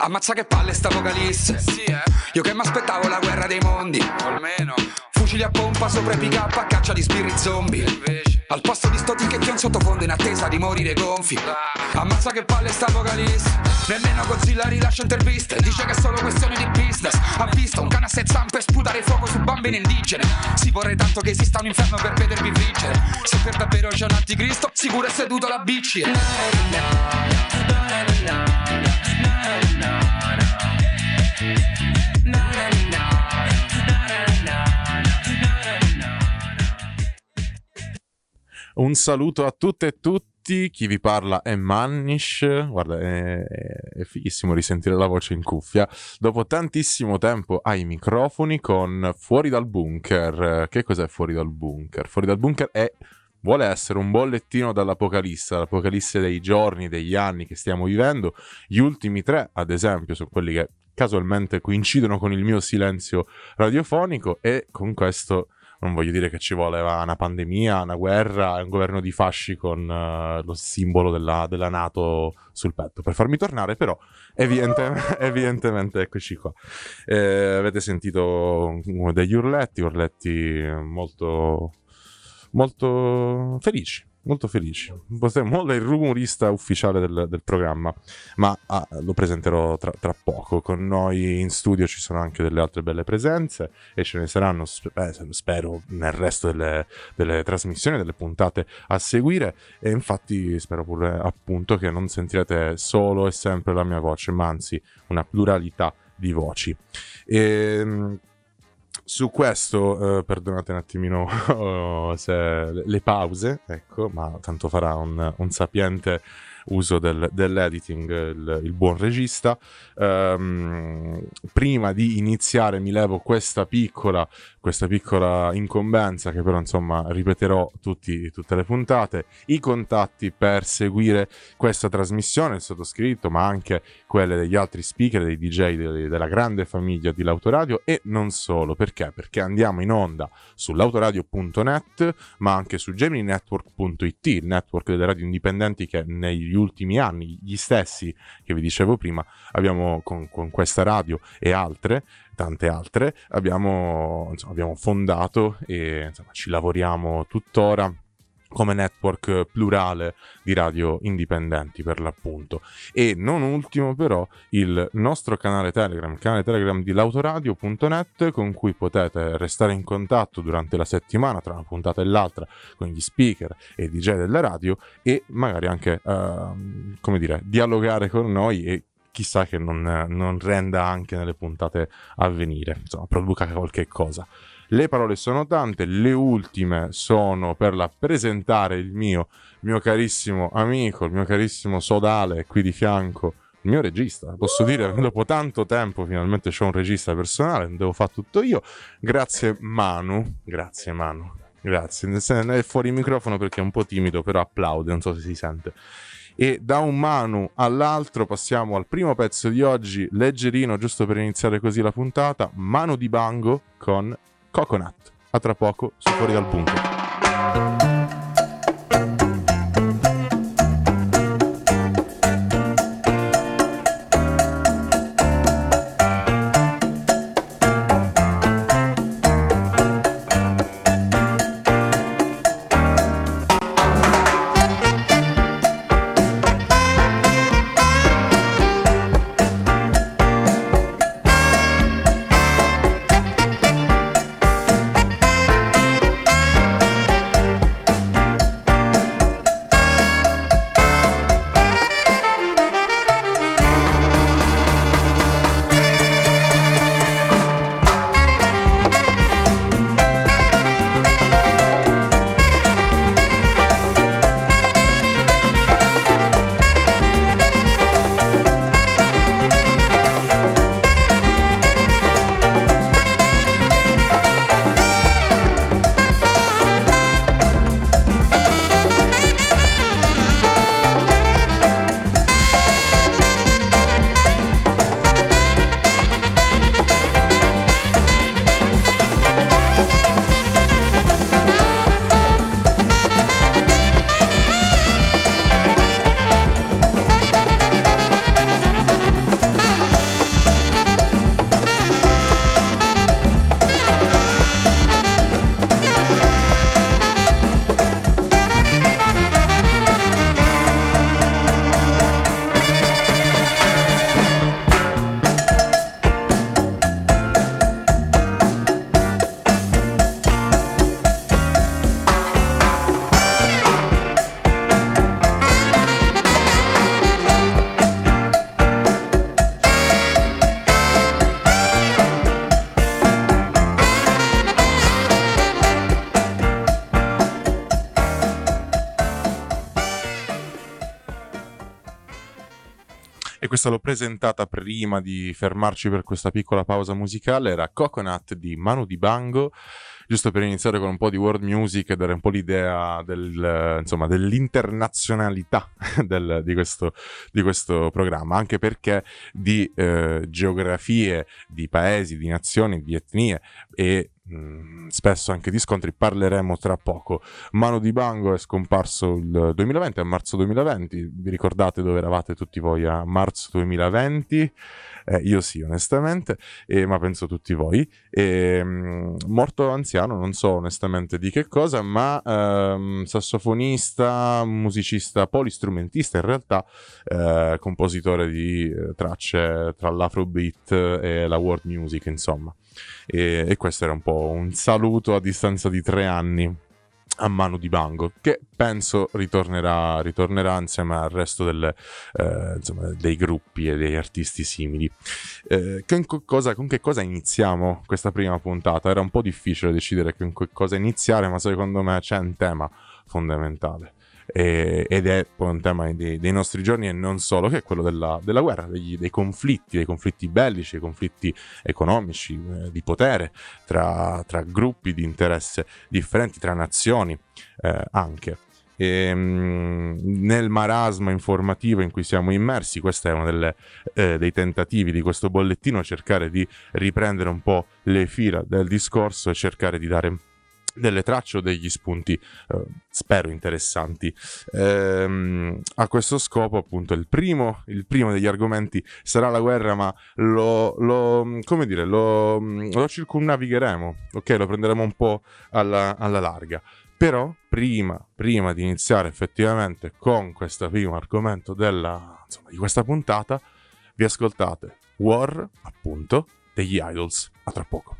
Ammazza che palle sta Apocalisse. Sì, Io che m'aspettavo la guerra dei mondi. almeno. Fucili a pompa sopra i pick-up a caccia di sbirri zombie. Invece. Al posto di sto ticket in sottofondo in attesa di morire gonfi. Ammazza che palle sta Apocalisse. Nemmeno Godzilla rilascia interviste. Dice che è solo questione di business. Ha visto un cane a sei zampe sputare fuoco su bambine indigene. Si vorrei tanto che esista un inferno per vedervi friggere. Se per davvero c'è un anticristo, sicuro è seduto la bici. Un saluto a tutte e tutti, chi vi parla è Mannish. Guarda, è fighissimo risentire la voce in cuffia dopo tantissimo tempo ai microfoni con Fuori dal Bunker. Che cos'è Fuori dal Bunker? Fuori dal Bunker vuole essere un bollettino l'apocalisse dei giorni, degli anni che stiamo vivendo. Gli ultimi 3, ad esempio, sono quelli che casualmente coincidono con il mio silenzio radiofonico, e con questo non voglio dire che ci voleva una pandemia, una guerra, un governo di fasci con lo simbolo della NATO sul petto per farmi tornare, però evidentemente eccoci qua. Avete sentito degli urletti molto, molto felici. Molto felici. Molto il rumorista ufficiale del programma, ma lo presenterò tra poco. Con noi in studio ci sono anche delle altre belle presenze e ce ne saranno, spero, nel resto delle trasmissioni, delle puntate a seguire, e infatti spero pure appunto che non sentirete solo e sempre la mia voce, ma anzi una pluralità di voci. Su questo, perdonate un attimino se le pause, ecco, ma tanto farà un sapiente uso dell'editing il buon regista. Prima di iniziare mi levo questa piccola incombenza, che però insomma ripeterò tutte le puntate: i contatti per seguire questa trasmissione, il sottoscritto, ma anche quelle degli altri speaker, dei DJ della grande famiglia di L'Autoradio, e non solo. Perché andiamo in onda sull'autoradio.net, ma anche su GeminiNetwork.it, il network delle radio indipendenti che negli ultimi anni, gli stessi che vi dicevo prima, abbiamo con questa radio e tante altre, abbiamo fondato, e insomma ci lavoriamo tuttora come network plurale di radio indipendenti, per l'appunto. E non ultimo però il nostro canale Telegram di l'autoradio.net, con cui potete restare in contatto durante la settimana tra una puntata e l'altra con gli speaker e i DJ della radio, e magari anche dialogare con noi, e chissà che non renda anche nelle puntate a venire, insomma, produca qualche cosa. Le parole sono tante, le ultime sono per presentare il mio carissimo amico, il mio carissimo sodale qui di fianco, il mio regista. Posso dire, dopo tanto tempo finalmente c'ho un regista personale, non devo fare tutto io. Grazie Manu. Grazie. È fuori microfono perché è un po' timido, però applaude, non so se si sente. E da un Manu all'altro passiamo al primo pezzo di oggi, leggerino, giusto per iniziare così la puntata: Mano di Bango con Coconut. A tra poco su Fuori dal Bunker. e questa l'ho presentata prima di fermarci per questa piccola pausa musicale. Era Coconut di Manu Dibango, giusto per iniziare con un po' di world music e dare un po' l'idea dell'internazionalità di questo programma, anche perché di geografie, di paesi, di nazioni, di etnie e spesso anche di scontri parleremo tra poco. Manu Dibango è scomparso il 2020, a marzo 2020. Vi ricordate dove eravate tutti voi a marzo 2020? Io sì, onestamente, ma penso tutti voi. Morto anziano, non so onestamente di che cosa, ma sassofonista, musicista, polistrumentista in realtà, compositore di tracce tra l'afrobeat e la world music, insomma. E questo era un po' un saluto a distanza di 3 anni a Manu Dibango, che penso ritornerà insieme al resto dei gruppi e degli artisti simili. Con che cosa iniziamo questa prima puntata? Era un po' difficile decidere con che cosa iniziare, ma secondo me c'è un tema fondamentale ed è poi un tema dei nostri giorni, e non solo, che è quello della guerra, dei conflitti bellici, dei conflitti economici, di potere tra gruppi di interesse differenti, tra nazioni anche. Nel marasma informativo in cui siamo immersi, questo è uno dei tentativi di questo bollettino, cercare di riprendere un po' le fila del discorso e cercare di dare delle tracce o degli spunti spero interessanti. A questo scopo, appunto, il primo degli argomenti sarà la guerra, ma lo circumnavigheremo, ok? Lo prenderemo un po' alla larga. Però prima di iniziare effettivamente con questo primo argomento di questa puntata, vi ascoltate War, appunto, degli Idols. A tra poco.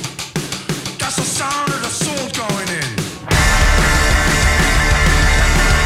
That's the sound of the soul going in.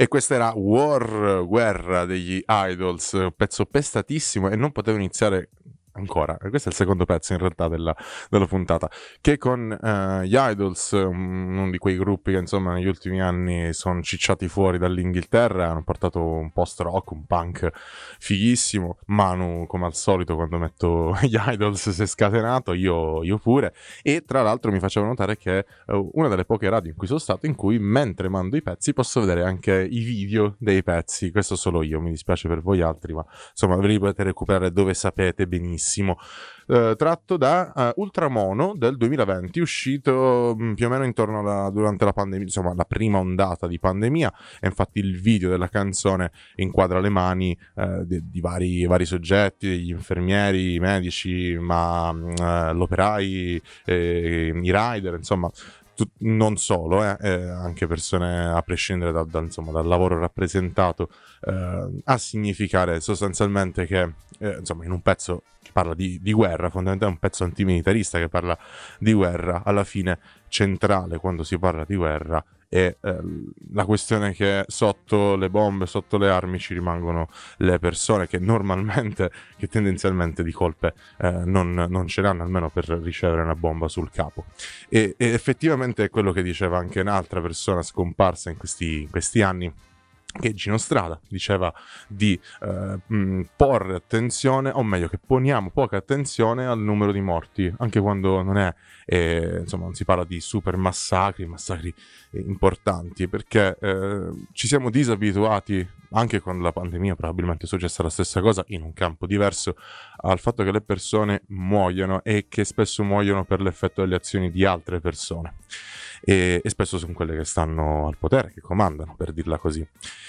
E questa era Guerra degli Idols, un pezzo pestatissimo e non potevo iniziare ancora, e questo è il secondo pezzo in realtà della puntata, che con gli Idols, uno di quei gruppi che insomma negli ultimi anni sono cicciati fuori dall'Inghilterra, hanno portato un post-rock, un punk fighissimo. Manu, come al solito, quando metto gli Idols si è scatenato, io pure, e tra l'altro mi faceva notare che è una delle poche radio in cui sono stato in cui mentre mando i pezzi posso vedere anche i video dei pezzi. Questo solo io, mi dispiace per voi altri, ma insomma ve li potete recuperare dove sapete benissimo. Tratto da Ultramono del 2020, uscito più o meno intorno durante la pandemia, insomma la prima ondata di pandemia, e infatti il video della canzone inquadra le mani di vari soggetti, degli infermieri, i medici, ma l'operai, i rider, insomma non solo, anche persone a prescindere dal lavoro rappresentato, a significare sostanzialmente che insomma in un pezzo che parla di guerra, fondamentalmente un pezzo antimilitarista che parla di guerra, alla fine centrale quando si parla di guerra è la questione che sotto le bombe, sotto le armi ci rimangono le persone che normalmente, che tendenzialmente di colpe non ce l'hanno, almeno per ricevere una bomba sul capo. E effettivamente è quello che diceva anche un'altra persona scomparsa in questi anni, che Gino Strada diceva di porre attenzione, o meglio che poniamo poca attenzione al numero di morti, anche quando non si parla di super massacri importanti, perché ci siamo disabituati, anche con la pandemia probabilmente è successa la stessa cosa in un campo diverso, al fatto che le persone muoiono, e che spesso muoiono per l'effetto delle azioni di altre persone. E spesso sono quelle che stanno al potere, che comandano, per dirla così.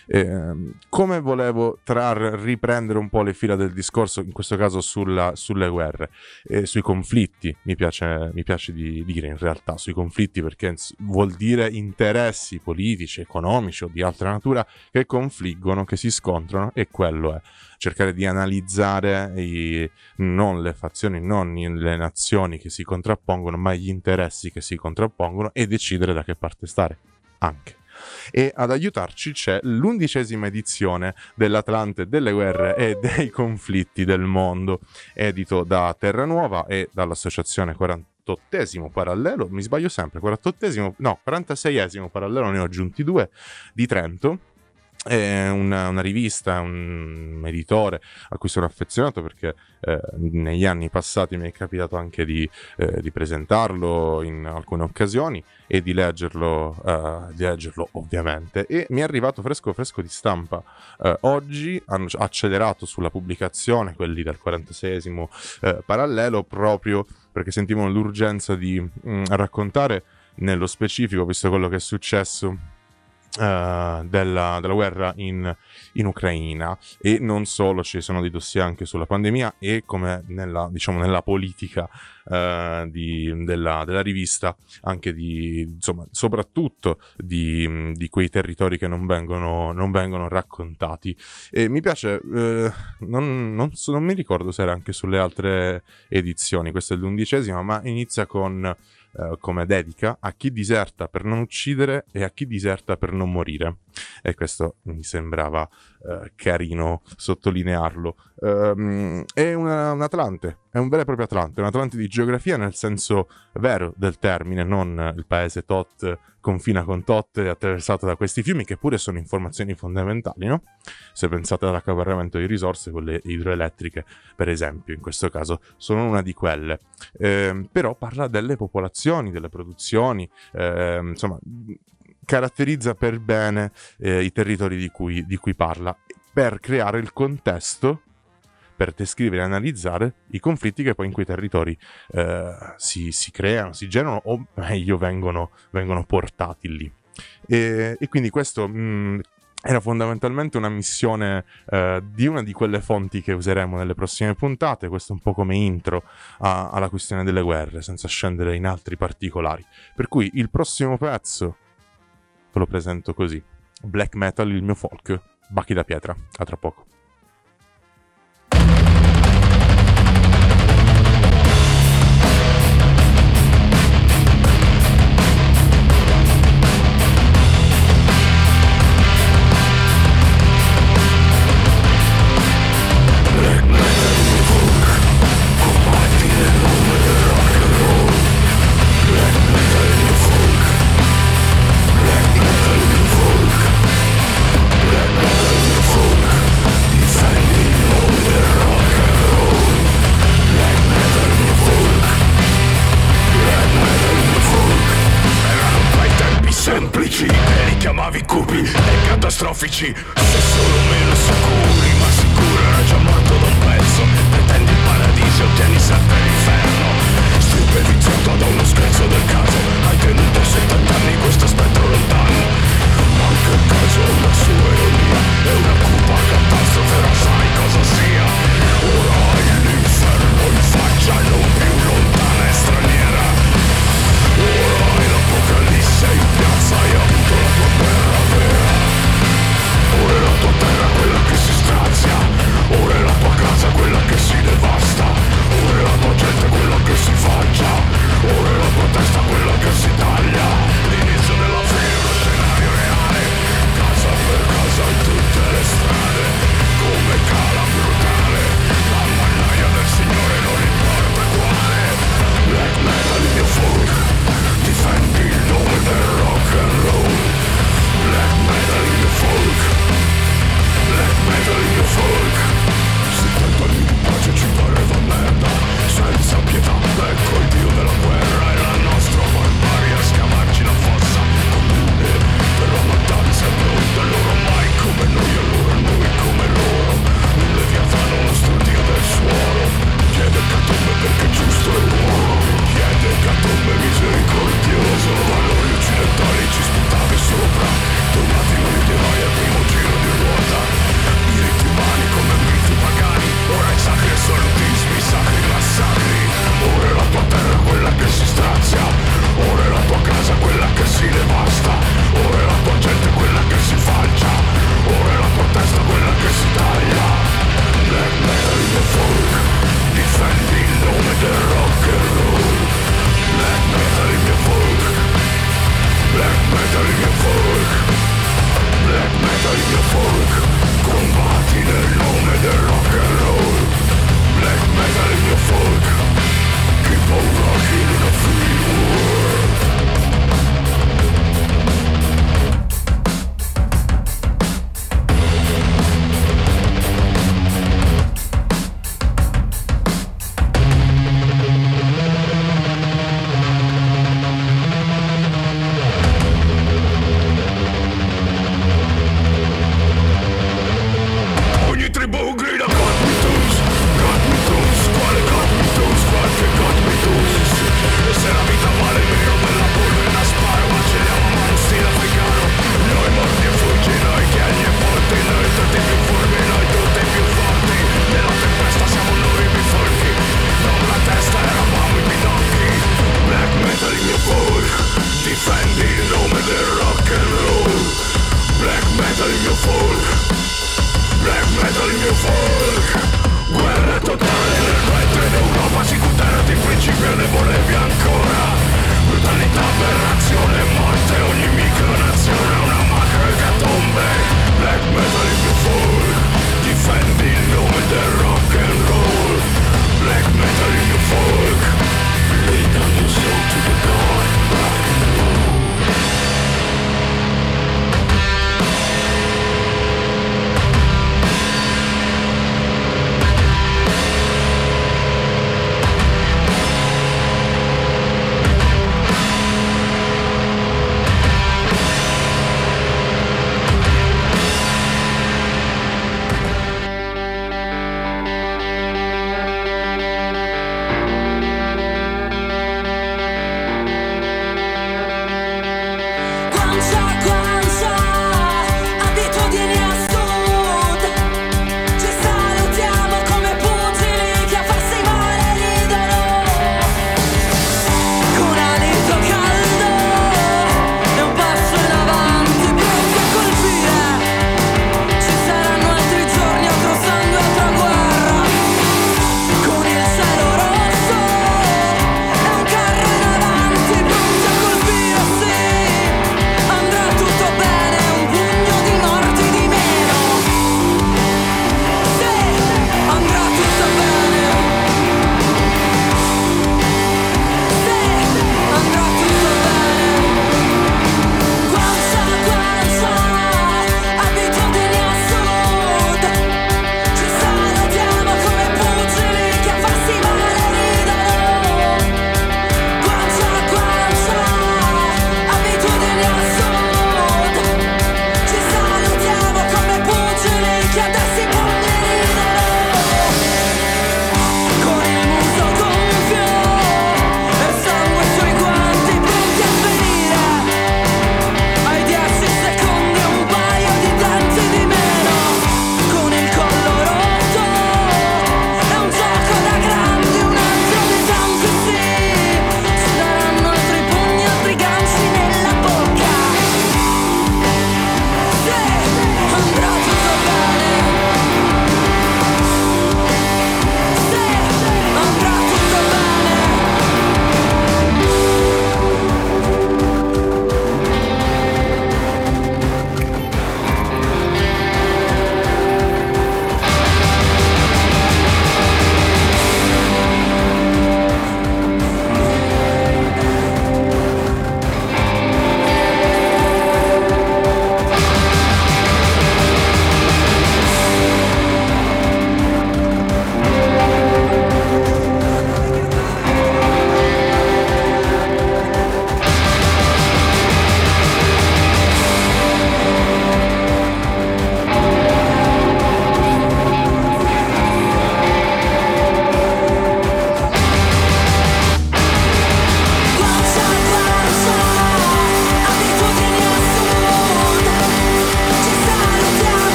Come volevo riprendere un po' le fila del discorso, in questo caso sulle guerre, sui conflitti, mi piace di dire in realtà sui conflitti, perché vuol dire interessi politici, economici o di altra natura che confliggono, che si scontrano, e quello è cercare di analizzare non le fazioni, non le nazioni che si contrappongono, ma gli interessi che si contrappongono, e decidere da che parte stare anche. E ad aiutarci c'è l'11ª edizione dell'Atlante delle guerre e dei conflitti del mondo, edito da Terranuova e dall'associazione 48esimo parallelo, mi sbaglio sempre, 46esimo parallelo, ne ho aggiunti 2, di Trento. È una rivista, un editore a cui sono affezionato, perché negli anni passati mi è capitato anche di presentarlo in alcune occasioni e di leggerlo ovviamente, e mi è arrivato fresco di stampa. Oggi hanno accelerato sulla pubblicazione quelli del 46esimo parallelo, proprio perché sentivano l'urgenza di raccontare nello specifico, visto quello che è successo, della guerra in Ucraina, e non solo, ci sono dei dossier anche sulla pandemia e come nella politica della rivista, anche soprattutto di quei territori che non vengono raccontati. E mi piace, non mi ricordo se era anche sulle altre edizioni, questa è l'11ª, ma inizia con come dedica a chi diserta per non uccidere e a chi diserta per non morire, e questo mi sembrava carino sottolinearlo. È un Atlante, è un vero e proprio Atlante, un Atlante di geografia nel senso vero del termine, non il paese tot confina con tot e attraversato da questi fiumi, che pure sono informazioni fondamentali, no? Se pensate all'accaparramento di risorse, quelle idroelettriche per esempio, in questo caso sono una di quelle, però parla delle popolazioni, delle produzioni, caratterizza per bene i territori di cui parla, per creare il contesto, per descrivere e analizzare i conflitti che poi in quei territori si creano, si generano, o meglio vengono portati lì. E quindi questo era fondamentalmente una missione di una di quelle fonti che useremo nelle prossime puntate. Questo un po' come intro alla questione delle guerre, senza scendere in altri particolari. Per cui il prossimo pezzo ve lo presento così: black metal, il mio folk, Bacchi da pietra. A tra poco. amici. Se solo meno sicuri, ma sicuro era già morto da un pezzo. Pretendi il paradiso, ottieni sempre l'inferno. Stupefizzato da uno scherzo del caso, hai tenuto 70 anni questo spettro lontano. Anche il caso è una sua ironia, è una cupa catastrofe, non sai cosa sia. Ora hai l'inferno in faccia, non più lontana e straniera. Ora hai l'apocalisse in piazza, hai avuto la tua guerra vera. Ora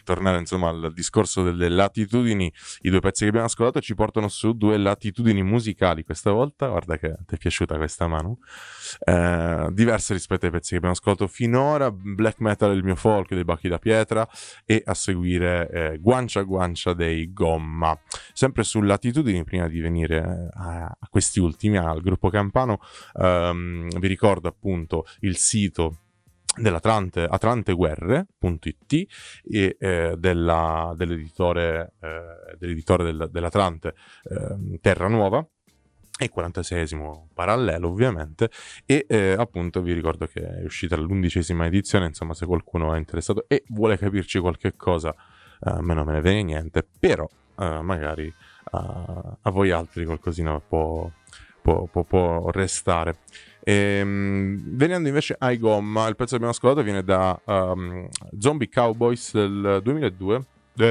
tornare insomma al discorso delle latitudini, i due pezzi che abbiamo ascoltato ci portano su due latitudini musicali questa volta. Guarda che ti è piaciuta questa, Manu, diverse rispetto ai pezzi che abbiamo ascoltato finora. Black Metal, il mio folk dei Bachi da Pietra, e a seguire Guancia a Guancia dei Gomma. Sempre su latitudini, prima di venire a questi ultimi, al gruppo campano, vi ricordo appunto il sito dell'Atlanteguerre.it e dell'editore dell'Atlante, Terra Nuova, e 46esimo parallelo ovviamente, e appunto vi ricordo che è uscita l'11ª edizione, insomma se qualcuno è interessato e vuole capirci qualche cosa, a me non me ne viene niente, però magari a voi altri qualcosina può restare. Venendo invece ai Gomma, il pezzo che abbiamo ascoltato viene da Zombie Cowboys del 2022,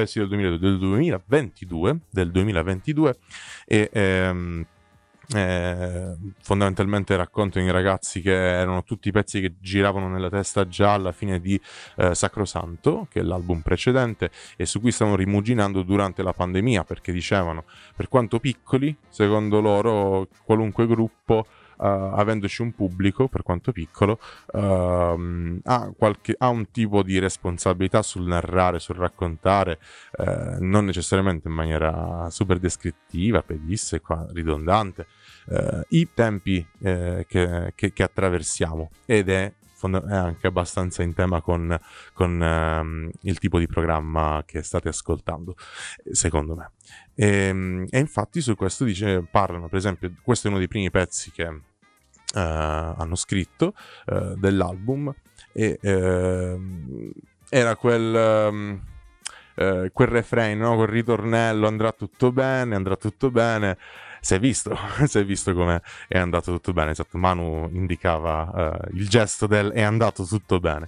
del 2022, e fondamentalmente raccontano i ragazzi che erano tutti i pezzi che giravano nella testa già alla fine di Sacrosanto, che è l'album precedente, e su cui stavano rimuginando durante la pandemia, perché dicevano, per quanto piccoli, secondo loro qualunque gruppo, avendoci un pubblico, per quanto piccolo, ha un tipo di responsabilità sul narrare, sul raccontare, non necessariamente in maniera super descrittiva, pedissequa, ridondante, i tempi che attraversiamo, ed è anche abbastanza in tema con il tipo di programma che state ascoltando, secondo me. E infatti su questo parlano, per esempio, questo è uno dei primi pezzi che hanno scritto dell'album, e era quel refrain, no? Quel ritornello: andrà tutto bene. Si è visto come è andato tutto bene. Esatto, Manu indicava il gesto del è andato tutto bene.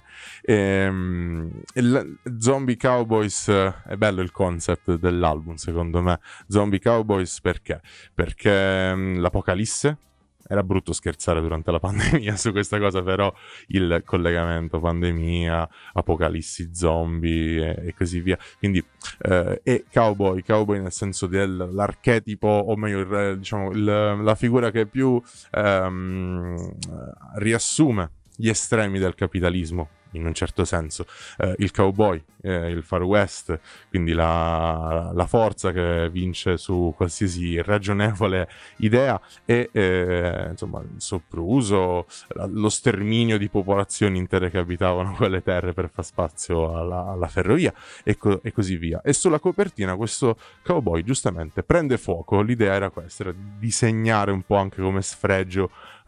Zombie Cowboys, è bello il concept dell'album, secondo me. Zombie Cowboys perché l'Apocalisse. Era brutto scherzare durante la pandemia su questa cosa, però il collegamento pandemia, apocalissi, zombie e così via. Quindi e cowboy nel senso dell'archetipo, o meglio diciamo la figura che più riassume gli estremi del capitalismo, in un certo senso, il cowboy, il Far West, quindi la forza che vince su qualsiasi ragionevole idea, e insomma il sopruso, lo sterminio di popolazioni intere che abitavano quelle terre per far spazio alla ferrovia, e così via. E sulla copertina questo cowboy giustamente prende fuoco. L'idea era questa, era disegnare un po' anche come sfregio,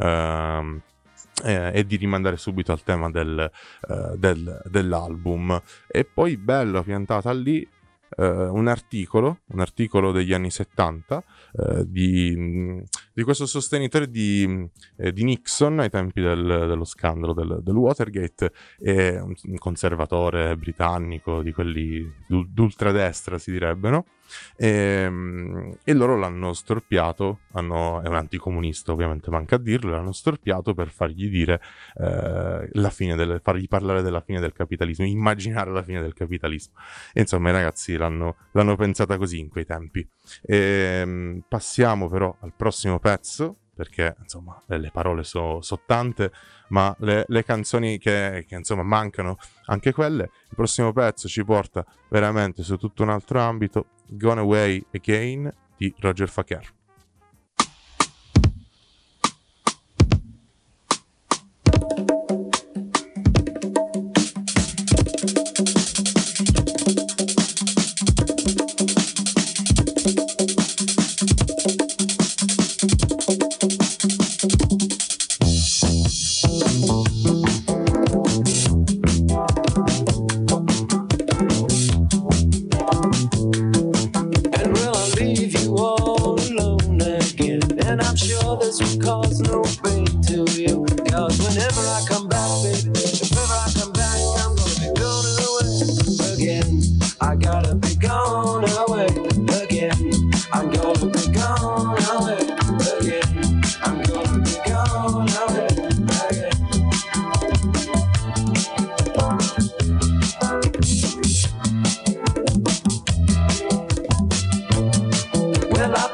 e di rimandare subito al tema dell'album. E poi bello piantata lì un articolo degli anni 70 di questo sostenitore di Nixon ai tempi dello scandalo del Watergate, e un conservatore britannico di quelli d'ultradestra, si direbbe, no? E loro l'hanno storpiato, è un anticomunista ovviamente, manca a dirlo, l'hanno storpiato per fargli dire fargli parlare della fine del capitalismo, immaginare la fine del capitalismo. E insomma i ragazzi l'hanno pensata così in quei tempi. Passiamo però al prossimo pezzo, perché insomma le parole sono tante, ma le canzoni che insomma mancano anche quelle. Il prossimo pezzo ci porta veramente su tutto un altro ambito: Gone Away Again di Roger Fakir.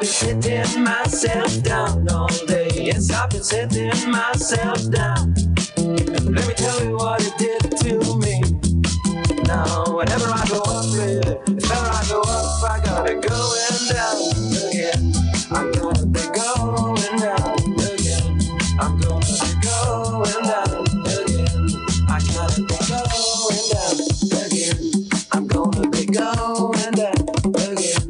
been sitting myself down all day. Yes, I've been sitting myself down. Let me tell you what it did to me. Now, whenever I go up, baby, whenever I go up, I gotta be going down again. I'm gonna be going down again. I'm gonna be going down again. I gotta be going down again. I'm gonna be going down again.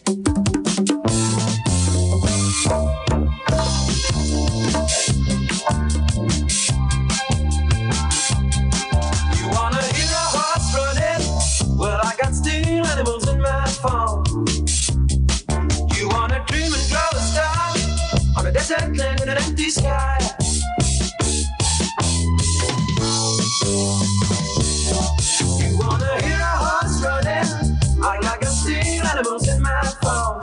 You wanna hear a horse running? Well, I got steel animals in my phone. You wanna dream and draw a star on a desert land in an empty sky? You wanna hear a horse running? I got steel animals in my phone.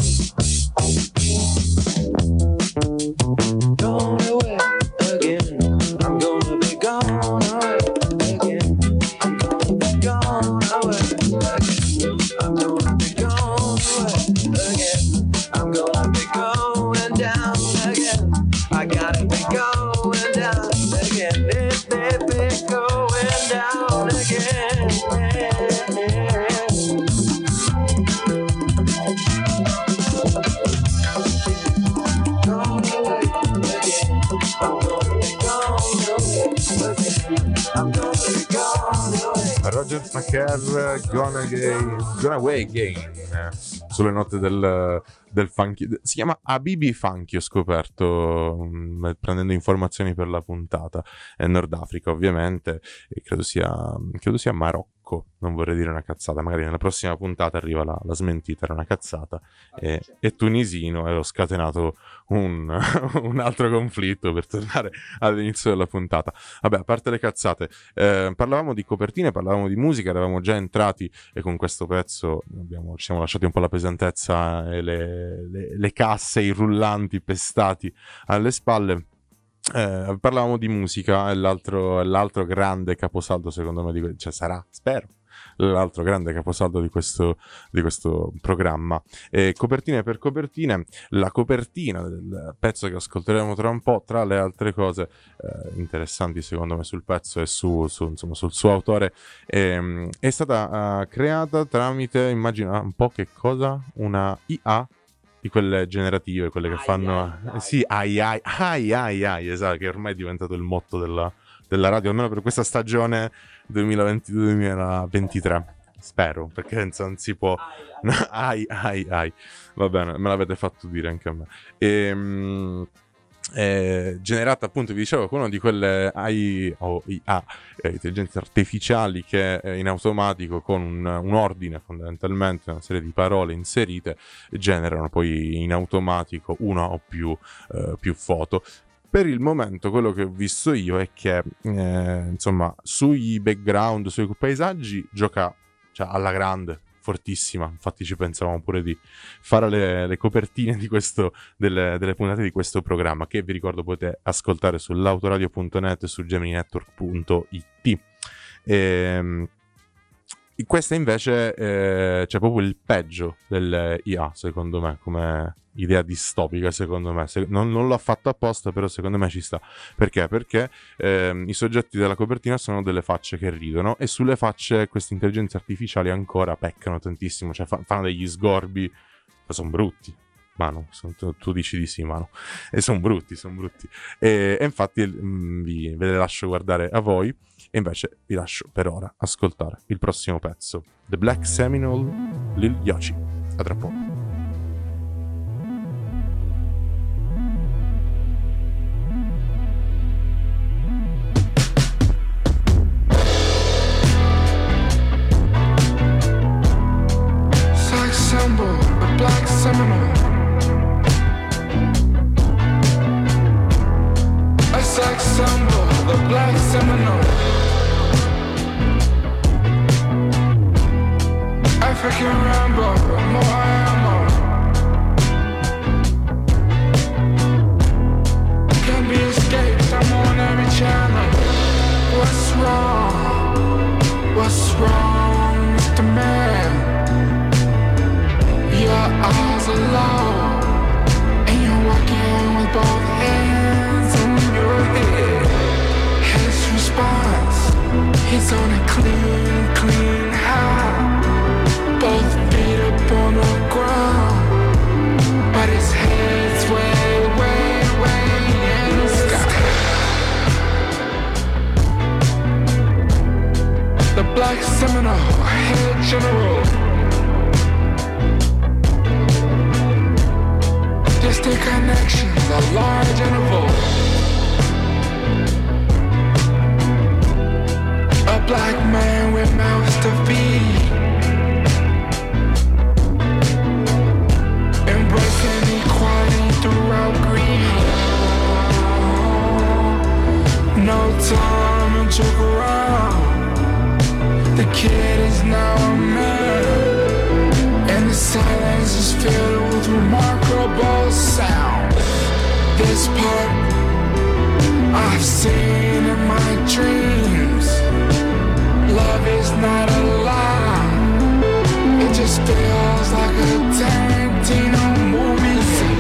Gone away again. I'm gonna be gone away again. I'm gonna be gone away again. I'm gonna be gone away again. I'm gonna be going down again. I gotta be going down again. If they be going down again. Gone away again. I'm gonna be gone away again. I'm gonna be gone away. Roger Maher, Gone Away Again, sulle note del funky. Si chiama Habibi Funky, ho scoperto prendendo informazioni per la puntata. È Nord Africa, ovviamente, e credo sia Marocco, non vorrei dire una cazzata, magari nella prossima puntata arriva la smentita, era una cazzata, è tunisino, e ho scatenato un altro conflitto per tornare all'inizio della puntata. Vabbè, a parte le cazzate, parlavamo di copertine, parlavamo di musica, eravamo già entrati, e con questo pezzo ci siamo lasciati un po' la pesantezza e le casse, i rullanti pestati alle spalle. Parlavamo di musica, e l'altro grande caposaldo, secondo me, sarà, spero, l'altro grande caposaldo di questo programma. Copertine per copertine, la copertina del pezzo che ascolteremo tra un po', tra le altre cose interessanti secondo me sul pezzo e sul suo autore, è stata creata tramite, immagina un po' che cosa, una IA, di quelle generative, quelle che fanno ai, esatto, che ormai è diventato il motto della radio, almeno per questa stagione 2022-2023, spero, perché non si può ai, va bene, me l'avete fatto dire anche a me. Generata, appunto, vi dicevo, con una di quelle IA, intelligenze artificiali, che in automatico, con un ordine, fondamentalmente una serie di parole inserite, generano poi in automatico una o più foto. Per il momento quello che ho visto io è che insomma, sui background, sui paesaggi gioca, cioè, alla grande, fortissima. Infatti ci pensavamo pure di fare le copertine di delle puntate di questo programma, che vi ricordo potete ascoltare sull'autoradio.net e su gemininetwork.it. Questa invece c'è proprio il peggio dell'IA, secondo me, come idea distopica, secondo me. Non l'ho fatto apposta, però secondo me ci sta. Perché? Perché i soggetti della copertina sono delle facce che ridono, e sulle facce queste intelligenze artificiali ancora peccano tantissimo, cioè fanno degli sgorbi, sono brutti. Manu, tu dici di sì, Manu, e sono brutti. E infatti ve le lascio guardare a voi, e invece vi lascio per ora ascoltare il prossimo pezzo, The Black Seminole, Lil Yachty. A tra poco. Sex symbol, the black seminole. A sex symbol, the black seminole. African Rambo, more ammo. distant connections are large intervals. A black man with mouths to feed, embracing equality throughout greed. No time to joke around. The kid is now a man, and the silence is filled with remarkable sound. This part I've seen in my dreams. Love is not a lie. It just feels like a Tarantino movie scene.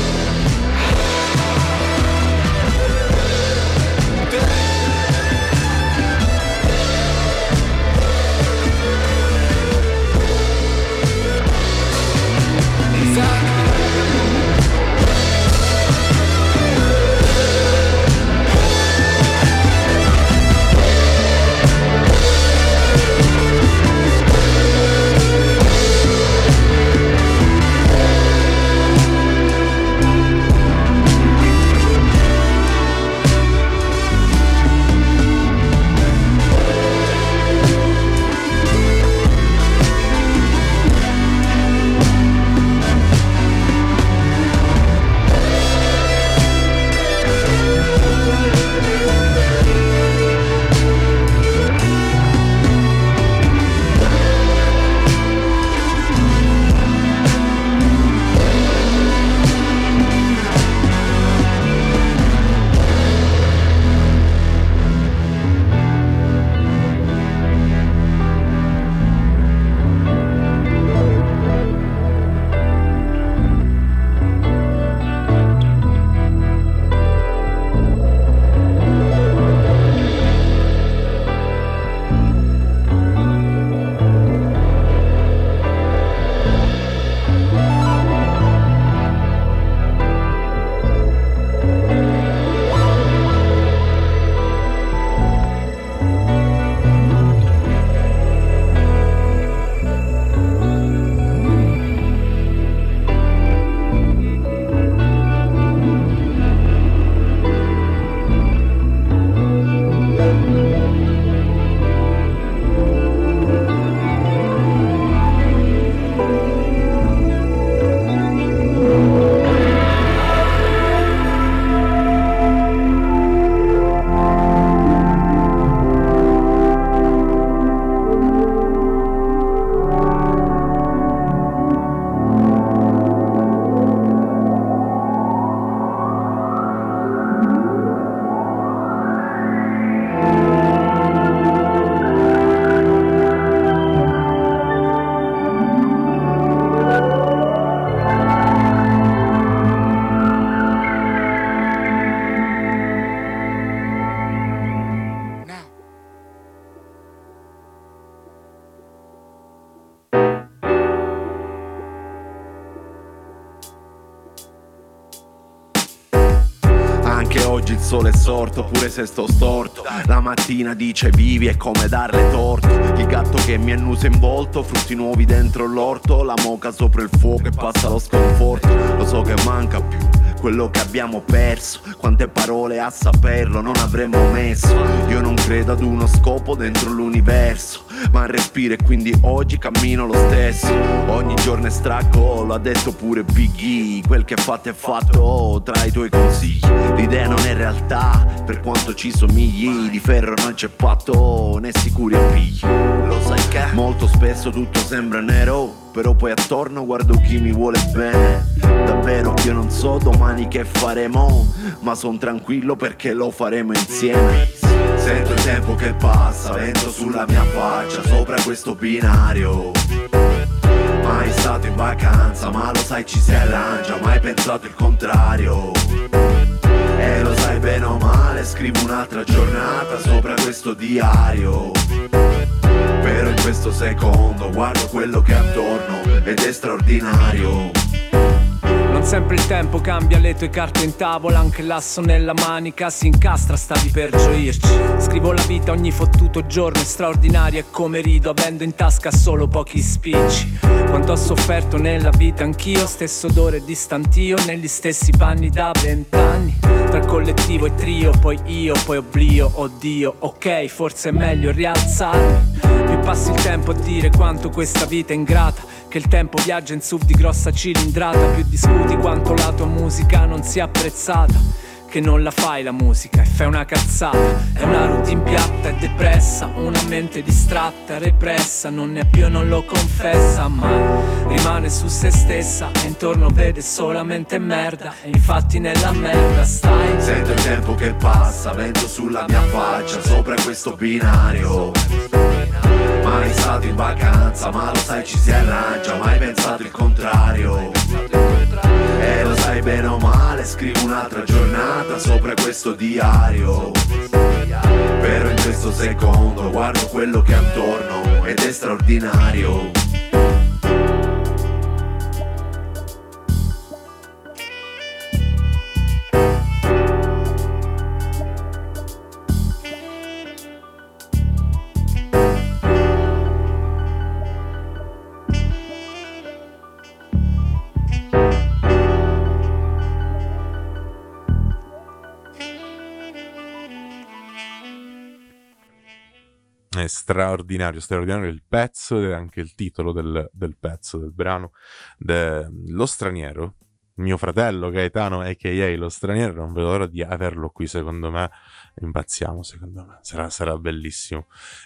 Anche oggi il sole è sorto, pure se sto storto. La mattina dice vivi, è come darle torto. Il gatto che mi annusa in volto, frutti nuovi dentro l'orto. La moca sopra il fuoco e passa lo sconforto. Lo so che manca più quello che abbiamo perso. Quante parole a saperlo non avremmo messo. Io non credo ad uno scopo dentro l'universo, ma respiro e quindi oggi cammino lo stesso. Ogni giorno è stracco, l'ha detto pure Biggie. Quel che fatto è fatto, tra i tuoi consigli. L'idea non è realtà, per quanto ci somigli. Di ferro non c'è patto, né sicuri appigli. Lo sai che molto spesso tutto sembra nero, però poi attorno guardo chi mi vuole bene. Davvero che io non so domani che faremo, ma son tranquillo perché lo faremo insieme. Sento il tempo che passa, vento sulla mia faccia, sopra questo binario. Mai stato in vacanza, ma lo sai ci si arrangia, mai pensato il contrario. E lo sai bene o male, scrivo un'altra giornata sopra questo diario. Però in questo secondo guardo quello che è attorno ed è straordinario. Non sempre il tempo cambia le tue carte in tavola, anche l'asso nella manica si incastra, stavi per gioirci. Scrivo la vita ogni fottuto giorno, è straordinaria e come rido avendo in tasca solo pochi spicci. Quanto ho sofferto nella vita anch'io, stesso odore distantio, negli stessi panni da 20 anni. Tra collettivo e trio, poi io, poi oblio, oddio, ok, forse è meglio rialzarmi. Più passi il tempo a dire quanto questa vita è ingrata, che il tempo viaggia in SUV di grossa cilindrata. Più discuti quanto la tua musica non sia apprezzata, che non la fai la musica e fai una cazzata. È una routine piatta e depressa, una mente distratta, repressa, non ne ha più e non lo confessa, ma rimane su se stessa e intorno vede solamente merda, e infatti nella merda stai. Sento il tempo che passa, vento sulla mia faccia, sopra questo binario. Mai stato in vacanza, ma lo sai ci si arrangia, mai pensato il contrario. E lo sai bene o male, scrivo un'altra giornata sopra questo diario. Però in questo secondo guardo quello che è attorno ed è straordinario. È straordinario, straordinario il pezzo ed anche il titolo del pezzo, del brano. Lo Straniero, mio fratello Gaetano a.k.a. Lo Straniero, non vedo l'ora di averlo qui, secondo me impazziamo, secondo me sarà bellissimo.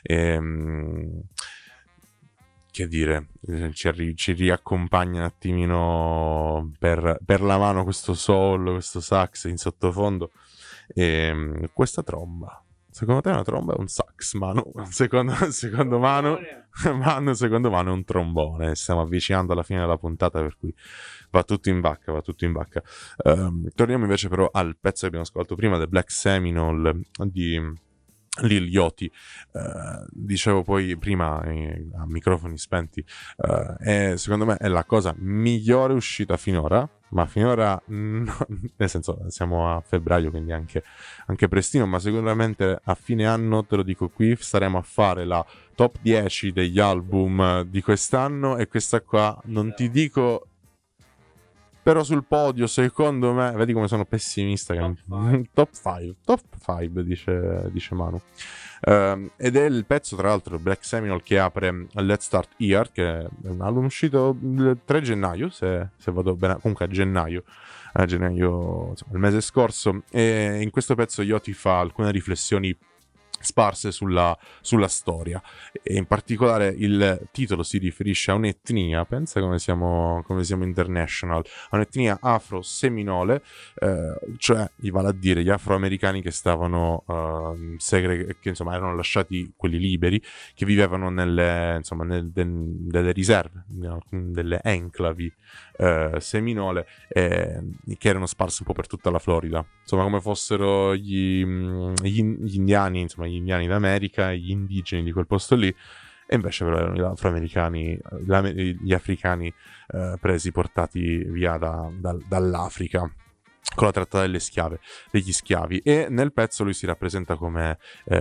Che dire, ci riaccompagna un attimino per la mano questo solo, questo sax in sottofondo e questa tromba. Secondo te è una tromba o un sax, Manu? Secondo Manu, secondo Manu è un trombone. Stiamo avvicinando alla fine della puntata, per cui va tutto in vacca. Torniamo invece però al pezzo che abbiamo ascoltato prima, The Black Seminole di Lil Yachty. Dicevo poi prima a microfoni spenti, secondo me è la cosa migliore uscita finora, ma finora no, nel senso siamo a febbraio, quindi anche prestino, ma sicuramente a fine anno, te lo dico qui, staremo a fare la top 10 degli album di quest'anno, e questa qua non ti dico, però sul podio secondo me, vedi come sono pessimista, top 5 dice Manu. Ed è il pezzo, tra l'altro, Black Seminole, che apre Let's Start Here, che è un album uscito il 3 gennaio, se vado bene, comunque a gennaio, insomma, il mese scorso. E in questo pezzo Yachty fa alcune riflessioni sparse sulla storia, e in particolare il titolo si riferisce a un'etnia, pensa come siamo international, a un'etnia afro-seminole, cioè vale a dire gli afroamericani che stavano che insomma erano lasciati, quelli liberi, che vivevano nelle riserve, delle enclavi seminole, che erano sparse un po' per tutta la Florida, insomma come fossero gli indiani, insomma gli indiani d'America, gli indigeni di quel posto lì, e invece però erano gli afroamericani, gli africani portati via dall'Africa con la tratta degli schiavi. E nel pezzo lui si rappresenta come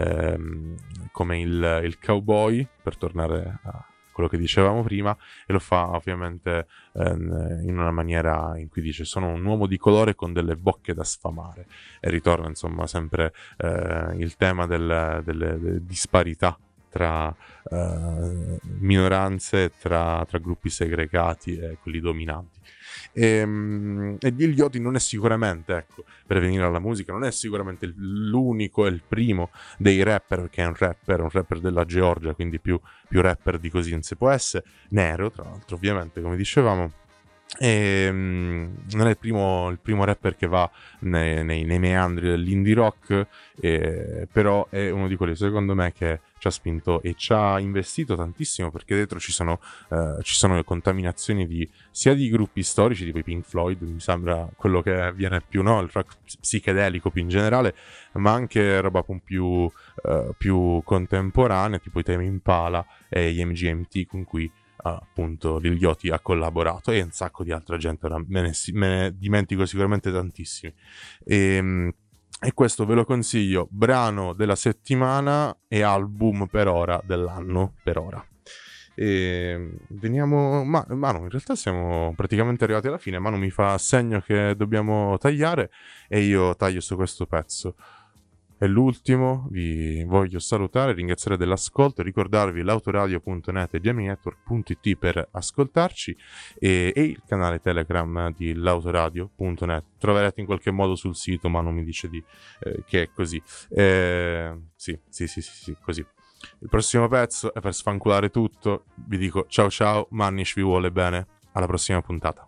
il cowboy, per tornare a quello che dicevamo prima, e lo fa ovviamente in una maniera in cui dice: sono un uomo di colore con delle bocche da sfamare, e ritorna insomma sempre il tema delle disparità tra minoranze, tra gruppi segregati e quelli dominanti. E Lil Yachty non è sicuramente, ecco, per venire alla musica, non è sicuramente l'unico e il primo dei rapper, che è un rapper della Georgia, quindi più rapper di così non si può essere, nero tra l'altro, ovviamente, come dicevamo. E non è il primo rapper che va nei meandri dell'indie rock, però è uno di quelli, secondo me, che ci ha spinto e ci ha investito tantissimo, perché dietro ci sono le contaminazioni sia di gruppi storici tipo i Pink Floyd, mi sembra quello che viene più, no, il rock psichedelico più in generale, ma anche roba più contemporanea, tipo i Tame Impala e gli MGMT, con cui appunto Lil Yachty ha collaborato, e un sacco di altra gente, ora me ne dimentico sicuramente tantissimi. E questo ve lo consiglio, brano della settimana e album per ora dell'anno, per ora. E veniamo, Manu, in realtà siamo praticamente arrivati alla fine. Manu mi fa segno che dobbiamo tagliare e io taglio su questo pezzo. È l'ultimo, vi voglio salutare, ringraziare dell'ascolto, ricordarvi l'autoradio.net e geminetwork.it per ascoltarci, e il canale Telegram di l'autoradio.net. Troverete in qualche modo sul sito, ma non mi dice che è così. Sì, così. Il prossimo pezzo è per sfanculare tutto. Vi dico ciao, Mannish vi vuole bene. Alla prossima puntata.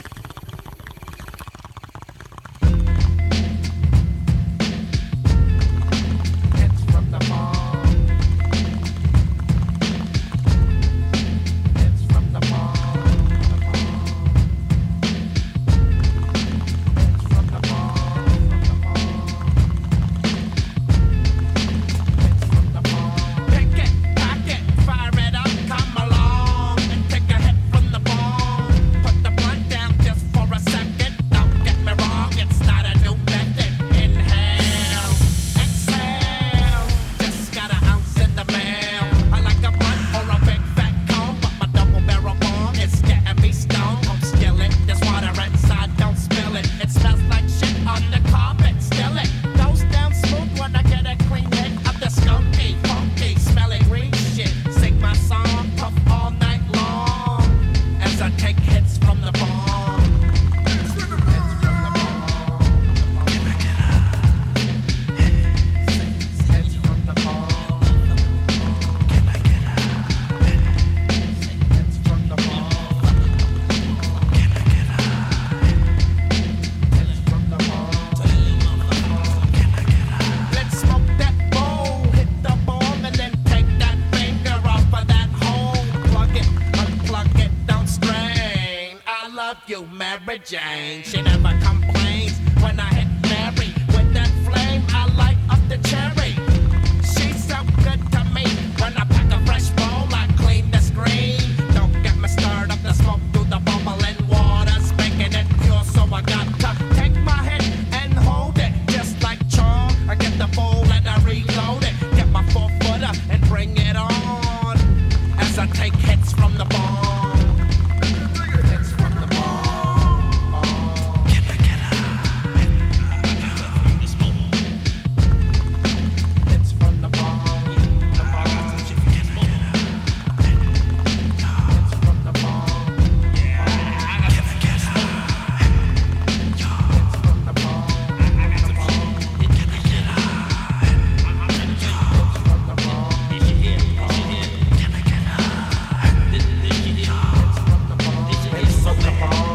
Jane, she never complains when I hit Mary with that flame. I light up the cherry. She's so good to me. When I pack a fresh bowl, I clean the screen. Don't get me stirred up the smoke through the bubbling water's making it pure. So I got to take my hit and hold it just like Charm. I get the bowl and I reload it. Get my 4-footer and bring it on as I take hits from the bomb.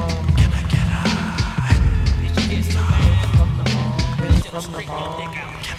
From the ball.